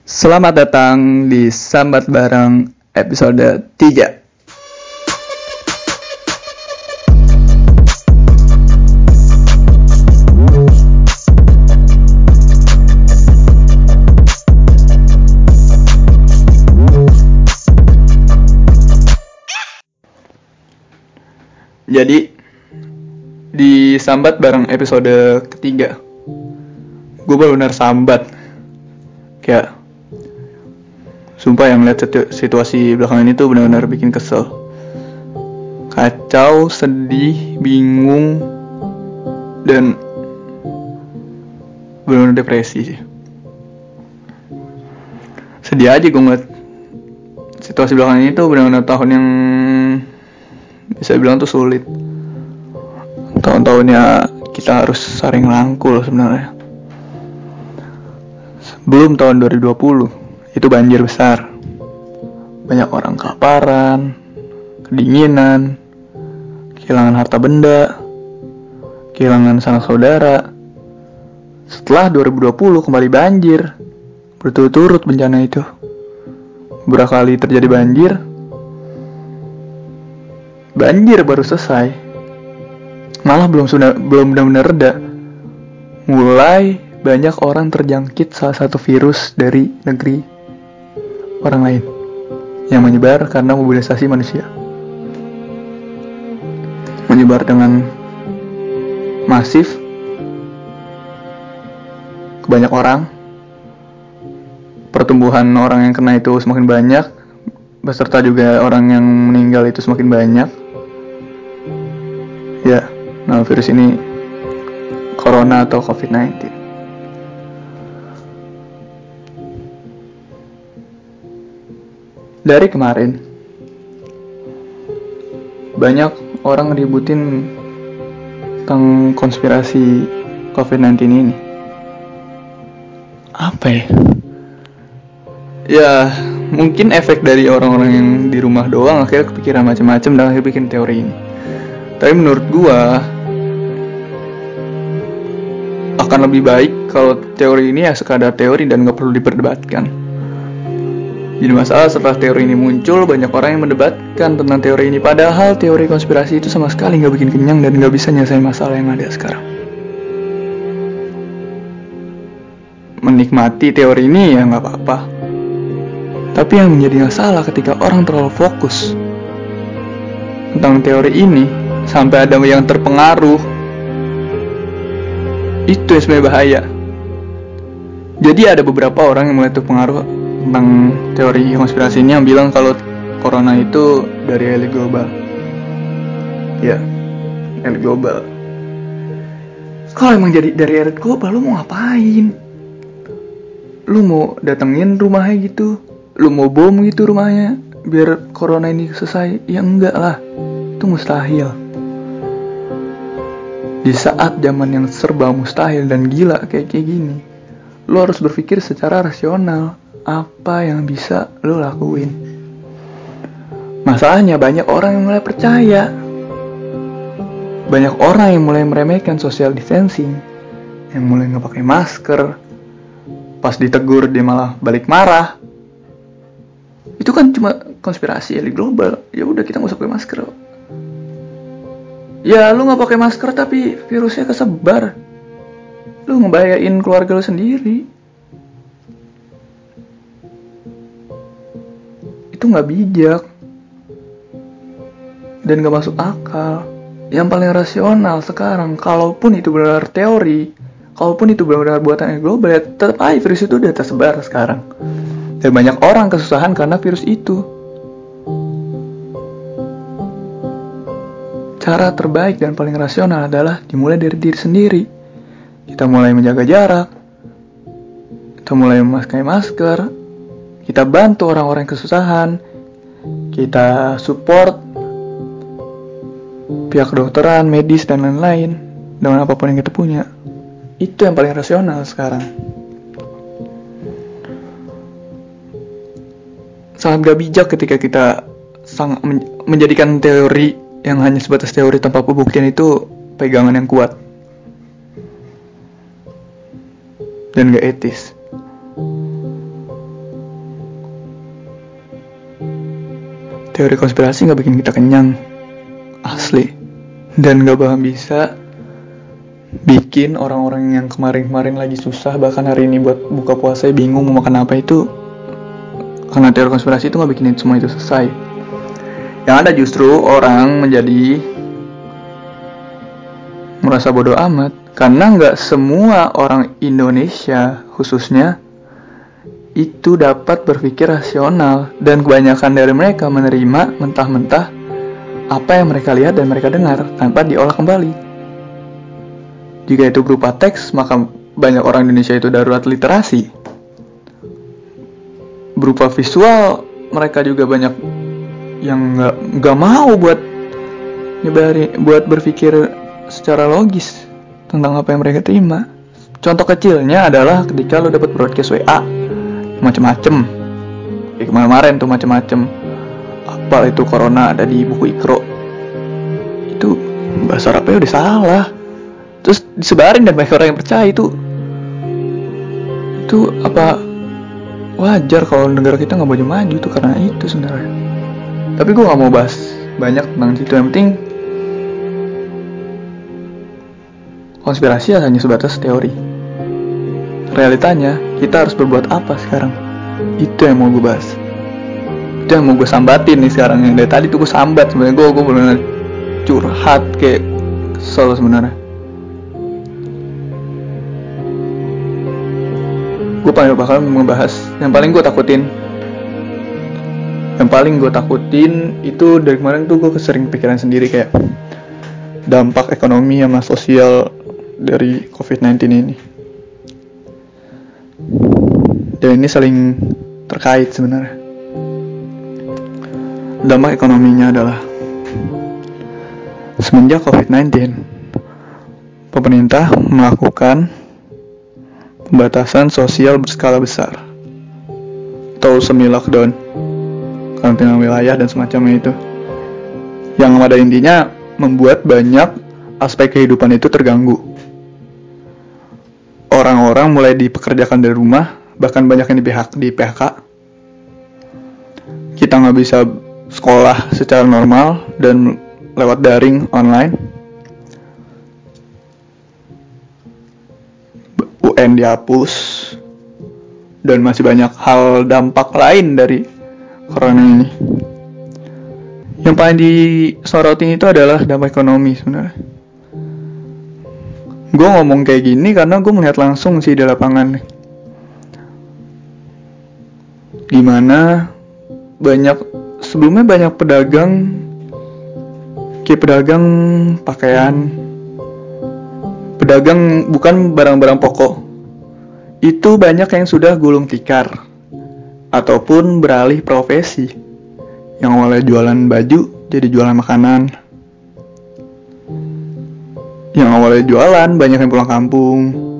Selamat datang di Sambat Bareng episode 3. Jadi di Sambat Bareng episode ketiga, gue benar-benar sambat. Kayak sumpah yang lihat situasi belakangan ini tuh benar-benar bikin kesel, kacau, sedih, bingung, dan benar-benar depresi sih. Sedih aja gue ngeliat situasi belakangan ini tuh benar-benar tahun yang bisa bilang tuh sulit. Tahun-tahunnya kita harus saling rangkul sebenarnya. Belum tahun 2020 itu banjir besar, banyak orang kelaparan, kedinginan, kehilangan harta benda, kehilangan sanak saudara. Setelah 2020 kembali banjir, berturut-turut bencana itu. Beberapa kali terjadi banjir baru selesai, malah belum benar-benar reda, mulai banyak orang terjangkit salah satu virus dari negeri orang lain yang menyebar karena mobilisasi manusia. Menyebar dengan masif ke banyak orang. Pertumbuhan orang yang kena itu semakin banyak, beserta juga orang yang meninggal itu semakin banyak. Ya, nah virus ini Corona atau COVID-19. Dari kemarin banyak orang ributin tentang konspirasi COVID-19 ini. Apa ya? Ya mungkin efek dari orang-orang yang di rumah doang akhirnya kepikiran macam-macam dan akhirnya bikin teori ini. Tapi menurut gua akan lebih baik kalau teori ini ya sekadar teori dan gak perlu diperdebatkan. Jadi masalah setelah teori ini muncul, banyak orang yang mendebatkan tentang teori ini, padahal teori konspirasi itu sama sekali gak bikin kenyang dan gak bisa nyelesain masalah yang ada sekarang. Menikmati teori ini ya gak apa-apa, tapi yang menjadi masalah ketika orang terlalu fokus tentang teori ini sampai ada yang terpengaruh, itu yang sebenarnya bahaya. Jadi ada beberapa orang yang mulai terpengaruh tentang teori konspirasi ini yang bilang kalau corona itu dari elit global. Ya, elit global. Kalau emang jadi dari elit global, lu mau ngapain? Lu mau datengin rumahnya gitu? Lu mau bom gitu rumahnya biar corona ini selesai? Ya enggak lah, itu mustahil. Di saat zaman yang serba mustahil dan gila kayak gini, lu harus berpikir secara rasional. Apa yang bisa lo lakuin? Masalahnya banyak orang yang mulai percaya. Banyak orang yang mulai meremehkan social distancing, yang mulai gak pakai masker. Pas ditegur dia malah balik marah. Itu kan cuma konspirasi elit global. Ya udah, kita gak usah pakai masker. Ya lu gak pakai masker tapi virusnya kesebar. Lu ngebahayain keluarga lu sendiri. Itu gak bijak dan gak masuk akal. Yang paling rasional sekarang, kalaupun itu benar teori, kalaupun itu benar buatan global, ya tetap aja virus itu udah tersebar sekarang. Dan banyak orang kesusahan karena virus itu. Cara terbaik dan paling rasional adalah dimulai dari diri sendiri. Kita mulai menjaga jarak, kita mulai memakai masker, kita bantu orang-orang yang kesusahan, kita support pihak kedokteran, medis, dan lain-lain dengan apapun yang kita punya. Itu yang paling rasional sekarang. Sangat gak bijak ketika kita menjadikan teori yang hanya sebatas teori tanpa pembuktian itu pegangan yang kuat dan gak etis. teori konspirasi gak bikin kita kenyang, asli. Dan gak bakal bisa bikin orang-orang yang kemarin-kemarin lagi susah, bahkan hari ini buat buka puasa bingung mau makan apa itu, karena teori konspirasi itu gak bikin semua itu selesai. Yang ada justru orang menjadi merasa bodoh amat, karena gak semua orang Indonesia khususnya itu dapat berpikir rasional, dan kebanyakan dari mereka menerima mentah-mentah apa yang mereka lihat dan mereka dengar tanpa diolah kembali. Jika itu berupa teks, maka banyak orang Indonesia itu darurat literasi. Berupa visual, mereka juga banyak yang nggak mau buat berpikir secara logis tentang apa yang mereka terima. Contoh kecilnya adalah ketika lo dapat broadcast WA macem-macem, kayak kemarin tuh macem-macem, apa itu corona ada di buku Iqra, itu bahasa Arabnya udah salah, terus disebarin dan banyak orang yang percaya. Itu apa wajar kalau negara kita nggak maju itu karena itu sebenarnya. Tapi gue nggak mau bahas banyak tentang itu. Yang penting konspirasi hanya sebatas teori. Realitanya kita harus berbuat apa sekarang? Itu yang mau gue bahas. Itu yang mau gue sambatin nih sekarang. Yang dari tadi tuh gue sambat sebenarnya. Gue benar-benar curhat kayak kesel sebenarnya. Gue bakal membahas yang paling gue takutin. Yang paling gue takutin itu dari kemarin tuh gue sering pikiran sendiri, kayak dampak ekonomi sama sosial dari COVID-19 ini. Dan ini saling terkait sebenarnya. Dampak ekonominya adalah semenjak COVID-19, pemerintah melakukan pembatasan sosial berskala besar atau semi lockdown, karantina wilayah dan semacamnya itu, yang pada intinya membuat banyak aspek kehidupan itu terganggu. Orang-orang mulai dipekerjakan dari rumah, bahkan banyak yang di PHK. Kita nggak bisa sekolah secara normal dan lewat daring online. UN dihapus, dan masih banyak hal dampak lain dari corona ini. Yang paling disorotin itu adalah dampak ekonomi sebenarnya. Gue ngomong kayak gini karena gue melihat langsung sih di lapangan gimana sebelumnya banyak pedagang, kayak pedagang pakaian, pedagang bukan barang-barang pokok, itu banyak yang sudah gulung tikar ataupun beralih profesi, yang awalnya jualan baju jadi jualan makanan, yang awalnya jualan banyak yang pulang kampung,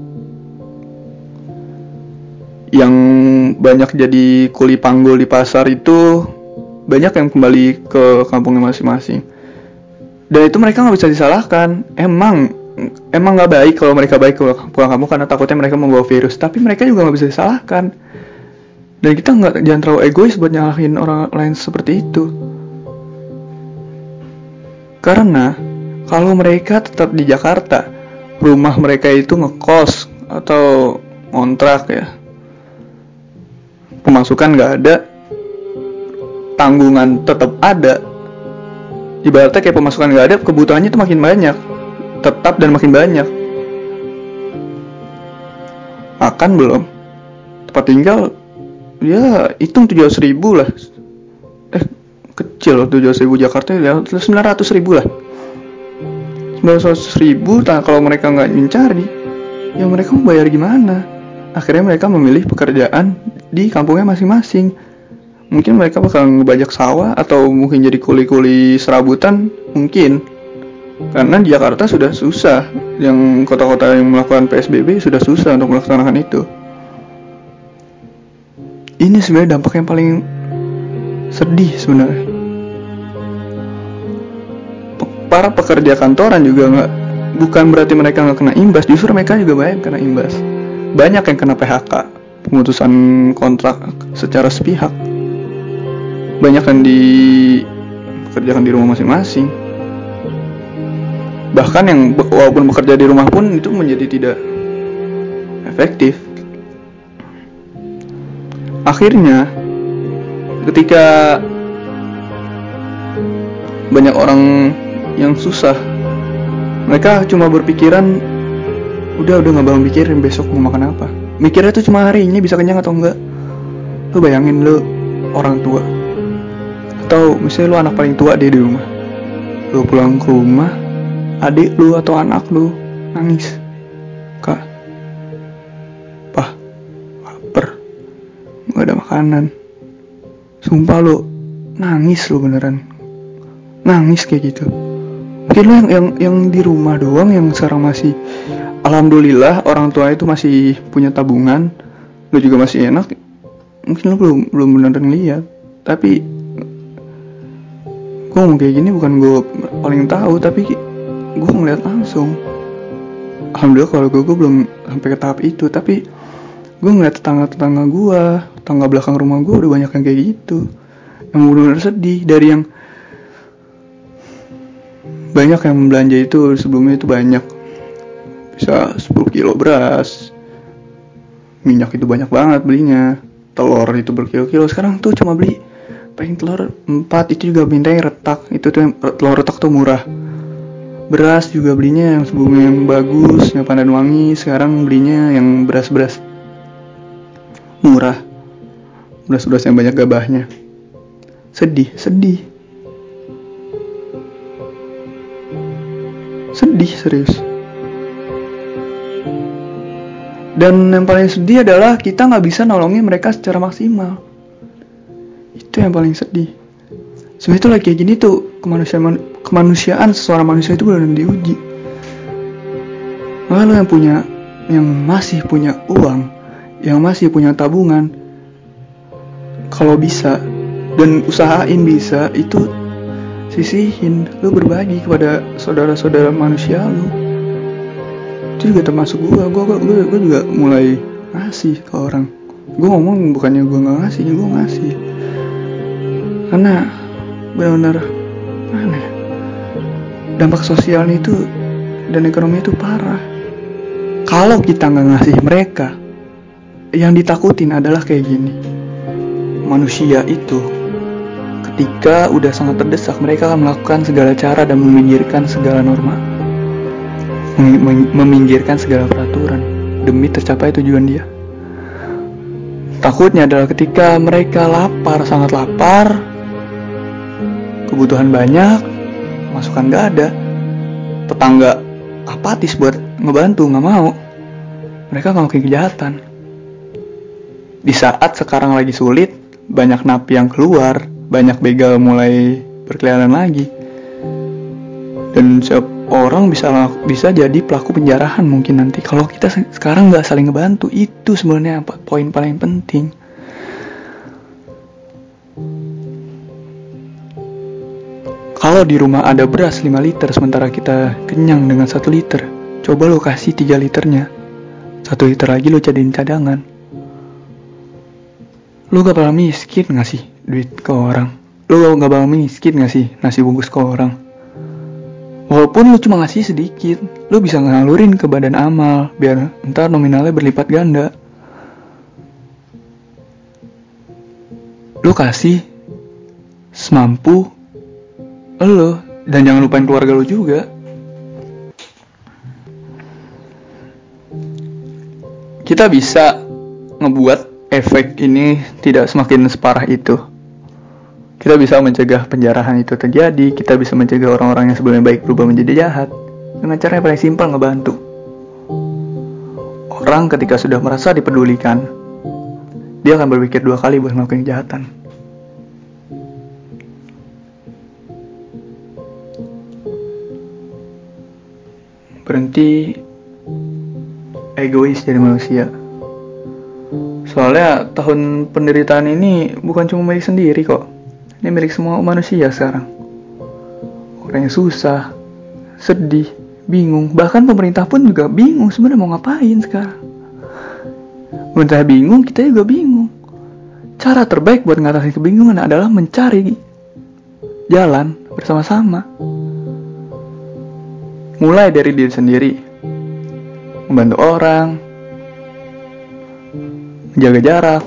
yang banyak jadi kuli panggul di pasar itu banyak yang kembali ke kampungnya masing-masing. Dan itu mereka nggak bisa disalahkan. Emang nggak baik kalau mereka baik pulang kampung karena takutnya mereka membawa virus. Tapi mereka juga nggak bisa disalahkan. Dan kita jangan terlalu egois buat nyalahin orang lain seperti itu. Karena kalau mereka tetap di Jakarta, rumah mereka itu ngekos atau ngontrak ya, pemasukan nggak ada, tanggungan tetap ada. Ibaratnya kayak pemasukan nggak ada, kebutuhannya itu makin banyak, tetap dan makin banyak. Makan belum, tempat tinggal ya hitung 700.000 lah. Kecil 700.000 Jakarta ya 900.000 lah. 900.000, kalau mereka nggak mencari, ya mereka mau bayar gimana? Akhirnya mereka memilih pekerjaan di kampungnya masing-masing. Mungkin mereka bakal ngebajak sawah atau mungkin jadi kuli-kuli serabutan mungkin. Karena di Jakarta sudah susah, yang kota-kota yang melakukan PSBB sudah susah untuk melaksanakan itu. Ini sebenarnya dampak yang paling sedih sebenarnya. Para pekerja kantoran juga bukan berarti mereka nggak kena imbas, justru mereka juga banyak kena imbas. Banyak yang kena PHK, pemutusan kontrak secara sepihak. banyak yang dikerjakan di rumah masing-masing. Bahkan yang walaupun bekerja di rumah pun itu menjadi tidak efektif. Akhirnya ketika banyak orang yang susah, mereka cuma berpikiran udah gak bakal mikirin besok mau makan apa. Mikirnya tuh cuma hari ini bisa kenyang atau enggak. Lu bayangin lu orang tua, atau misalnya lu anak paling tua di rumah, lu pulang ke rumah, adik lu atau anak lu nangis, kak, pah, lapar, nggak ada makanan. Sumpah lu nangis, lu beneran nangis kayak gitu. Mungkin lu yang di rumah doang yang sekarang masih, alhamdulillah orang tua itu masih punya tabungan, lu juga masih enak. Mungkin lu belum beneran lihat, tapi gue ngomong kayak gini bukan gue paling tahu, tapi gue ngeliat langsung. Alhamdulillah kalau gue belum sampai ke tahap itu, tapi gue ngeliat tetangga gue, tetangga belakang rumah gue udah banyak yang kayak gitu, yang benar-benar sedih. Dari yang banyak yang belanja itu sebelumnya itu banyak, bisa 10 kilo beras, minyak itu banyak banget belinya, telur itu berkilo-kilo. Sekarang tuh cuma beli paling telur 4, itu juga mintanya retak. Itu tuh yang telur retak tuh murah. Beras juga belinya yang sebelumnya yang bagus, yang pandan wangi, sekarang belinya yang beras-beras murah, beras-beras yang banyak gabahnya. Sedih serius. Dan yang paling sedih adalah kita gak bisa nolongin mereka secara maksimal. Itu yang paling sedih. Sebenarnya tuh lagi kayak gini tuh, kemanusiaan seorang manusia itu benar-benar diuji. Lalu yang masih punya uang, yang masih punya tabungan, kalau bisa dan usahain bisa, itu sisihin, lu berbagi kepada saudara-saudara manusia lu. Itu juga termasuk gue juga mulai ngasih ke orang. Gue ngomong bukannya gue gak ngasih, gue ngasih. Karena benar-benar dampak sosialnya itu dan ekonomi itu parah. Kalau kita gak ngasih mereka, yang ditakutin adalah kayak gini. Manusia itu ketika udah sangat terdesak, mereka akan melakukan segala cara dan meminggirkan segala norma, meminggirkan segala peraturan demi tercapai tujuan dia. Takutnya adalah ketika mereka lapar, sangat lapar, kebutuhan banyak, masukan gak ada, tetangga apatis buat ngebantu, gak mau, mereka ngelakuin kejahatan. Di saat sekarang lagi sulit, banyak napi yang keluar, banyak begal mulai berkeliaran lagi, dan setiap orang bisa jadi pelaku penjarahan mungkin nanti kalau kita sekarang gak saling ngebantu. Itu sebenarnya poin paling penting. Kalau di rumah ada beras 5 liter sementara kita kenyang dengan 1 liter, coba lo kasih 3 liternya, 1 liter lagi lo jadiin cadangan. Lo gak bakal miskin ngasih duit ke orang, lo gak bakal miskin ngasih nasi bungkus ke orang. Walaupun lu cuma ngasih sedikit, lu bisa ngalurin ke badan amal, biar ntar nominalnya berlipat ganda. Lu kasih semampu lu, dan jangan lupain keluarga lu juga. Kita bisa ngebuat efek ini tidak semakin separah itu. Kita bisa mencegah penjarahan itu terjadi. Kita bisa mencegah orang-orang yang sebelumnya baik berubah menjadi jahat dengan cara yang paling simpel, ngebantu. Orang ketika sudah merasa dipedulikan, dia akan berpikir 2 kali buat melakukan kejahatan. Berhenti egois jadi manusia. Soalnya tahun penderitaan ini bukan cuma milik sendiri kok. Ini milik semua manusia sekarang. Orang yang susah, sedih, bingung. Bahkan pemerintah pun juga bingung sebenarnya mau ngapain sekarang. Pemerintah bingung, kita juga bingung. cara terbaik buat mengatasi kebingungan adalah mencari jalan bersama-sama. Mulai dari diri sendiri, membantu orang, menjaga jarak,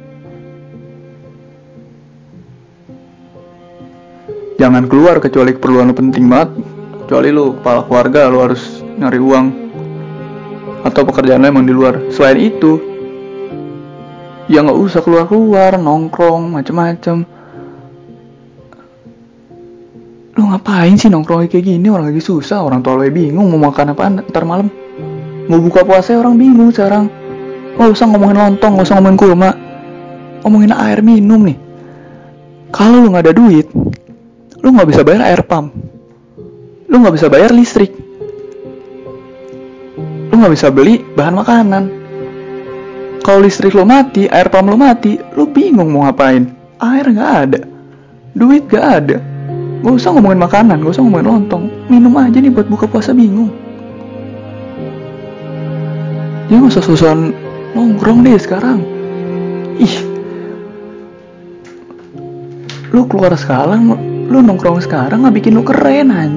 jangan keluar kecuali keperluan lu penting banget. Kecuali lu kepala keluarga, lu harus nyari uang, atau pekerjaan lu emang di luar. Selain itu, ya nggak usah keluar-keluar, nongkrong, macem-macem. Lu ngapain sih nongkrong kayak gini? Orang lagi susah, orang tua lu bingung mau makan apaan ntar malam. Mau buka puasa orang bingung sekarang. Nggak usah ngomongin lontong, nggak usah ngomongin kurma, ngomongin air minum nih. Kalau lu nggak ada duit, lu nggak bisa bayar air pump, lu nggak bisa bayar listrik, lu nggak bisa beli bahan makanan. Kalau listrik lu mati, air pump lu mati, lu bingung mau ngapain. Air nggak ada, duit nggak ada. Gak usah ngomongin makanan, gak usah ngomongin lontong, minum aja nih buat buka puasa bingung. Dia gak usah susuan nongkrong deh sekarang. Ih, lu keluar sekarang, lu nongkrong sekarang gak bikin lu keren aja.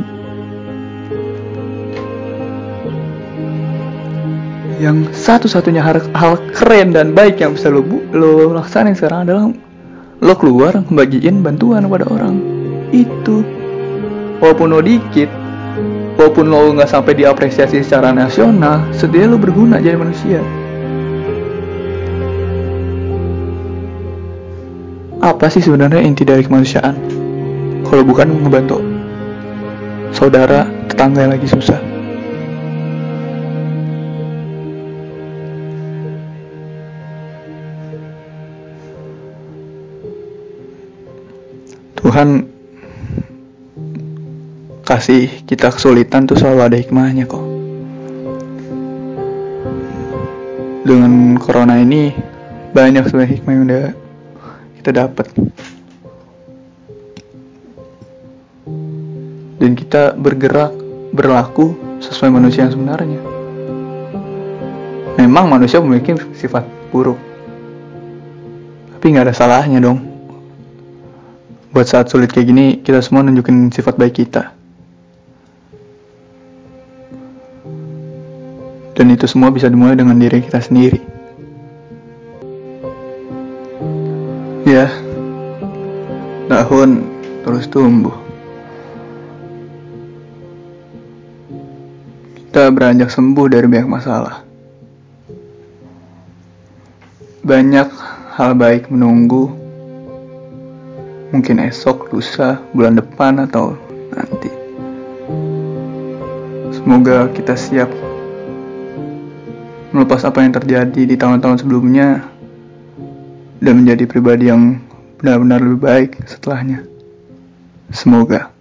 Yang satu-satunya hal keren dan baik yang bisa lu laksanain sekarang adalah lu keluar ngebagiin bantuan kepada orang. Itu walaupun lo dikit, walaupun lo gak sampai diapresiasi secara nasional, setidaknya lo berguna jadi manusia. Apa sih sebenarnya inti dari kemanusiaan kalau bukan ngebantu saudara, tetangga yang lagi susah? Tuhan kasih kita kesulitan tuh selalu ada hikmahnya kok. Dengan corona ini banyak sebenarnya hikmah yang udah kita dapat. Dan kita bergerak, berlaku sesuai manusia yang sebenarnya. Memang manusia memiliki sifat buruk, tapi gak ada salahnya dong. Buat saat sulit kayak gini, kita semua nunjukin sifat baik kita. Dan itu semua bisa dimulai dengan diri kita sendiri. Ya, daun terus tumbuh. Kita beranjak sembuh dari banyak masalah. Banyak hal baik menunggu. Mungkin esok, lusa, bulan depan, atau nanti. Semoga kita siap melepas apa yang terjadi di tahun-tahun sebelumnya dan menjadi pribadi yang benar-benar lebih baik setelahnya. Semoga.